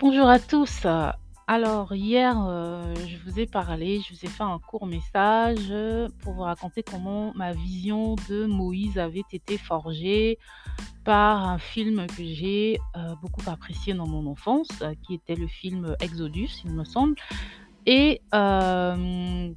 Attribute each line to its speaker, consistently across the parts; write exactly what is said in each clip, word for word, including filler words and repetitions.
Speaker 1: Bonjour à tous. Euh, Alors hier, heu, je vous ai parlé, je vous ai fait un court message, heu, pour vous raconter comment ma vision de Moïse avait été forgée par un film que j'ai, heu, beaucoup apprécié dans mon enfance, heu, qui était le film Exodus, il me semble. Et hem,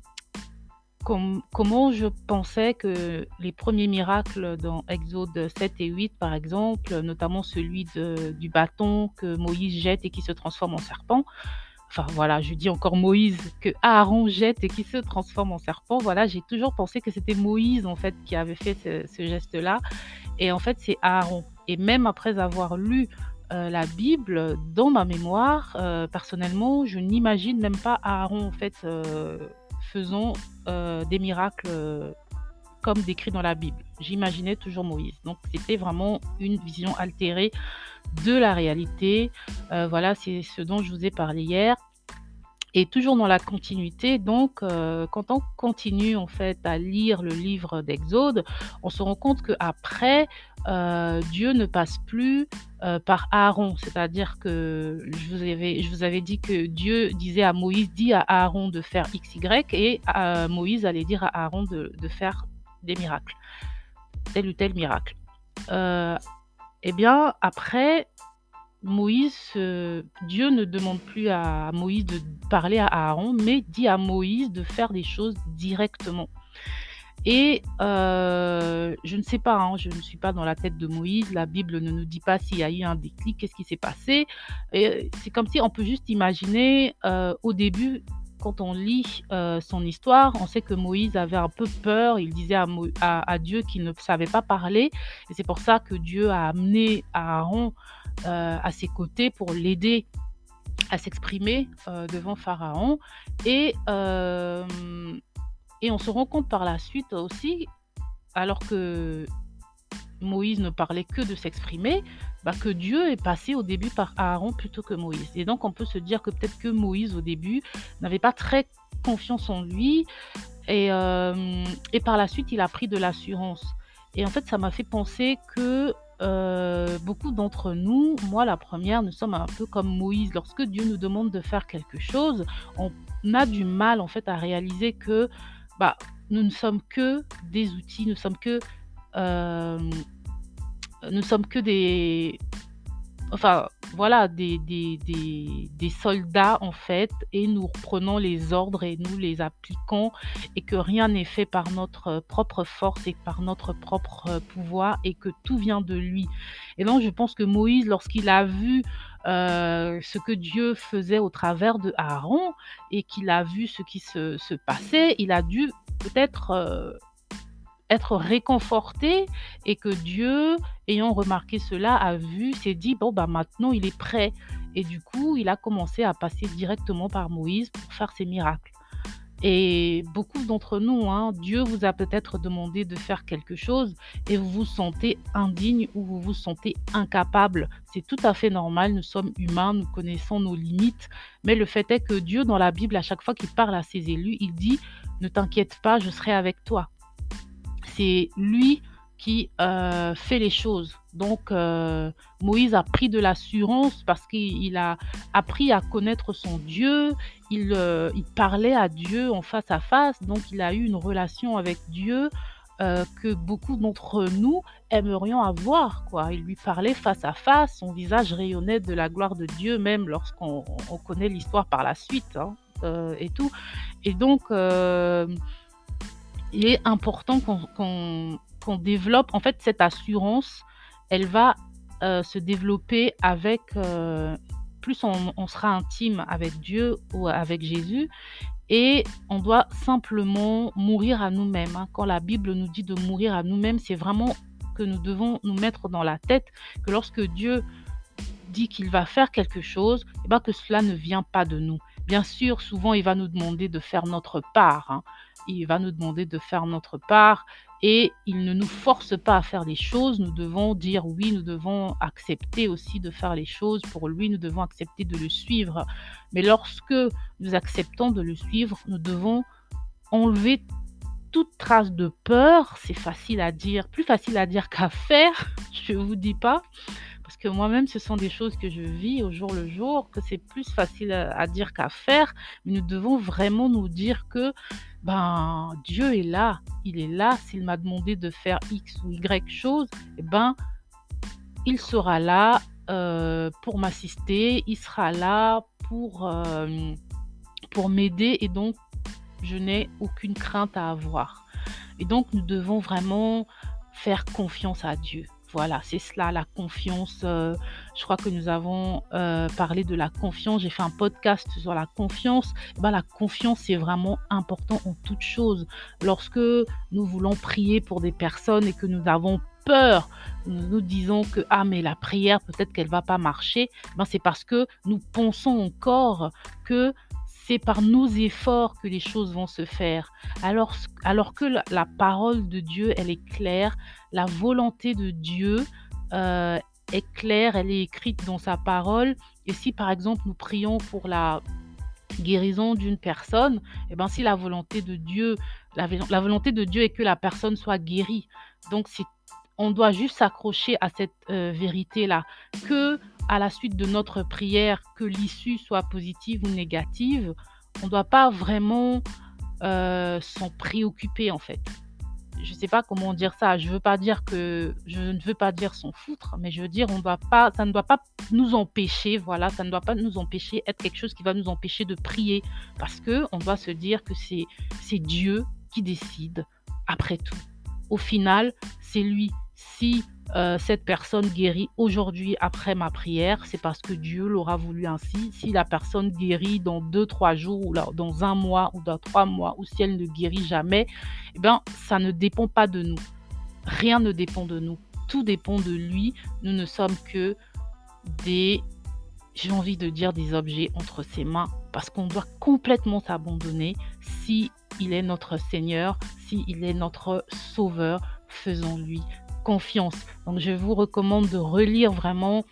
Speaker 1: com comment je pensais que les premiers miracles dans Exode sept et huit, par exemple, notamment celui de du bâton que Moïse jette et qui se transforme en serpent. Enfin voilà, je dis encore Moïse, que Aaron jette et qui se transforme en serpent. Voilà, j'ai toujours pensé que c'était Moïse en fait qui avait fait ce ce geste-là, et en fait c'est Aaron. Et même après avoir lu, heu, la Bible, dans ma mémoire, heu, personnellement, je n'imagine même pas Aaron en fait, heu, faisant, heu, des miracles, heu, comme décrit dans la Bible. J'imaginais toujours Moïse. Donc c'était vraiment une vision altérée de la réalité. Heu, voilà, c'est ce dont je vous ai parlé hier. Et toujours dans la continuité, donc, heu, quand on continue en fait à lire le livre d'Exode, on se rend compte qu'après, heu, Dieu ne passe plus, heu, par Aaron. C'est-à-dire que je vous avais je vous avais dit que Dieu disait à Moïse: «Dis à Aaron de faire X Y», et heu, Moïse allait dire à Aaron de de faire des miracles, tel ou tel miracle. Heu et bien après, Moïse, heu, Dieu ne demande plus à Moïse de parler à Aaron, mais dit à Moïse de faire des choses directement. Et heu, je ne sais pas, hein, je ne suis pas dans la tête de Moïse, la Bible ne nous dit pas s'il y a eu un déclic, qu'est-ce qui s'est passé? Et c'est comme si on peut juste imaginer, heu, au début, quand on lit, heu, son histoire, on sait que Moïse avait un peu peur, il disait à Mo à à Dieu qu'il ne savait pas parler, et c'est pour ça que Dieu a amené Aaron, heu, à ses côtés pour l'aider à s'exprimer, heu, devant Pharaon. Et hem et on se rend compte par la suite aussi, alors que Moïse ne parlait que de s'exprimer, bah, que Dieu est passé au début par Aaron plutôt que Moïse. Et donc on peut se dire que peut-être que Moïse au début n'avait pas très confiance en lui, et hem et par la suite il a pris de l'assurance. Et en fait ça m'a fait penser que, heu, beaucoup d'entre nous, moi la première, nous sommes un peu comme Moïse. Lorsque Dieu nous demande de faire quelque chose, on a du mal en fait à réaliser que, bah, nous ne sommes que des outils, nous sommes que, hem, nous sommes que des enfin, voilà, des des des des soldats, en fait, et nous reprenons les ordres et nous les appliquons, et que rien n'est fait par notre, heu, propre force et par notre propre, heu, pouvoir, et que tout vient de lui. Et donc je pense que Moïse, lorsqu'il a vu, heu, ce que Dieu faisait au travers de Aaron, et qu'il a vu ce qui se se passait, il a dû peut-être, heu être réconforté, et que Dieu, ayant remarqué cela, a vu, s'est dit: «Bon, bah, maintenant il est prêt», et du coup, il a commencé à passer directement par Moïse pour faire ses miracles. Et beaucoup d'entre nous, hein, Dieu vous a peut-être demandé de faire quelque chose et vous vous sentez indigne ou vous vous sentez incapable. C'est tout à fait normal, nous sommes humains, nous connaissons nos limites, mais le fait est que Dieu, dans la Bible, à chaque fois qu'il parle à ses élus, il dit: «Ne t'inquiète pas, je serai avec toi». C'est lui qui, heu, fait les choses. Donc heu, Moïse a pris de l'assurance parce qu'il il a appris à connaître son Dieu. Il, heu, il parlait à Dieu en face à face, donc il a eu une relation avec Dieu, heu, que beaucoup d'entre nous aimerions avoir, quoi. Il lui parlait face à face, son visage rayonnait de la gloire de Dieu, même lorsqu'on on connaît l'histoire par la suite, hein, heu et tout. Et donc hem il est important qu'on qu'on qu'on développe en fait cette assurance. Elle va, heu, se développer avec, heu, plus on on sera intime avec Dieu ou avec Jésus, et on doit simplement mourir à nous-mêmes, hein. Quand la Bible nous dit de mourir à nous-mêmes, c'est vraiment que nous devons nous mettre dans la tête que lorsque Dieu dit qu'il va faire quelque chose, et ben, que cela ne vient pas de nous. Bien sûr, souvent, il va nous demander de faire notre part, hein. Il va nous demander de faire notre part, et il ne nous force pas à faire les choses. Nous devons dire oui, nous devons accepter aussi de faire les choses pour lui, nous devons accepter de le suivre. Mais lorsque nous acceptons de le suivre, nous devons enlever toute trace de peur. C'est facile à dire, plus facile à dire qu'à faire, je ne vous dis pas. Parce que moi-même, ce sont des choses que je vis au jour le jour, que c'est plus facile à à dire qu'à faire, mais nous devons vraiment nous dire que, ben, Dieu est là, il est là. S'il m'a demandé de faire X ou Y chose, et ben, il sera là, heu, pour m'assister, il sera là pour, hem, pour m'aider et donc je n'ai aucune crainte à avoir. Et donc nous devons vraiment faire confiance à Dieu. Voilà, c'est cela la confiance, heu, je crois que nous avons, heu, parlé de la confiance. J'ai fait un podcast sur la confiance. Bah, la confiance, c'est vraiment important en toute chose. Lorsque nous voulons prier pour des personnes et que nous avons peur, nous nous disons que: «Ah mais la prière peut-être qu'elle va pas marcher», ben, c'est parce que nous pensons encore que c'est par nos efforts que les choses vont se faire. Alors c alors que la la parole de Dieu, elle est claire, la volonté de Dieu, heu, est claire, elle est écrite dans sa parole et si par exemple nous prions pour la guérison d'une personne, et ben, si la volonté de Dieu la vélo la volonté de Dieu est que la personne soit guérie. Donc c'est on doit juste s'accrocher à cette, heu, vérité-là, que à la suite de notre prière, que l'issue soit positive ou négative, on ne doit pas vraiment, heu, s'en préoccuper, en fait. Je ne sais pas comment dire ça. Je veux pas dire que je ne veux pas dire s'en foutre, mais je veux dire on doit pas ça ne doit pas nous empêcher, voilà, ça ne doit pas nous empêcher être quelque chose qui va nous empêcher de prier. Parce que on doit se dire que c'est c'est Dieu qui décide après tout. Au final, c'est lui. Si, heu, cette personne guérit aujourd'hui après ma prière, c'est parce que Dieu l'aura voulu ainsi. Si la personne guérit dans deux, trois jours ou là dans un mois ou dans trois mois ou si elle ne guérit jamais, eh ben, ça ne dépend pas de nous. Rien ne dépend de nous. Tout dépend de lui. Nous ne sommes que des j'ai envie de dire des objets entre ses mains parce qu'on doit complètement s'abandonner. Si il est notre Seigneur, si il est notre sauveur, faisons-lui confiance. Donc je vous recommande de relire vraiment,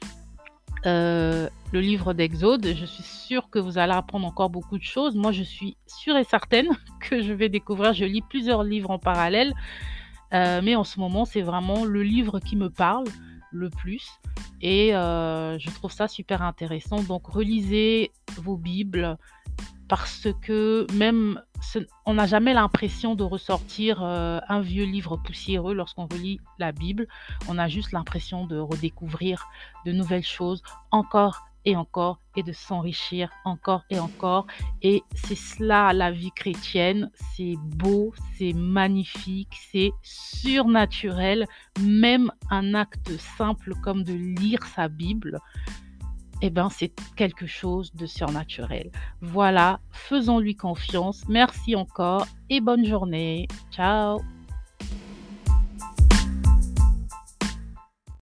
Speaker 1: heu, le livre d'Exode. Je suis sûre que vous allez apprendre encore beaucoup de choses. Moi, je suis sûre et certaine que je vais découvrir je lis plusieurs livres en parallèle, heu, mais en ce moment, c'est vraiment le livre qui me parle le plus et heu, je trouve ça super intéressant. Donc relisez vos bibles parce que même ce on n'a jamais l'impression de ressortir, heu, un vieux livre poussiéreux lorsqu'on relit la Bible. On a juste l'impression de redécouvrir de nouvelles choses encore et encore et de s'enrichir encore et encore et c'est cela la vie chrétienne. C'est beau, c'est magnifique, c'est surnaturel. Même un acte simple comme de lire sa Bible, eh ben, c'est quelque chose de surnaturel. Voilà, faisons-lui confiance. Merci encore et bonne journée. Ciao.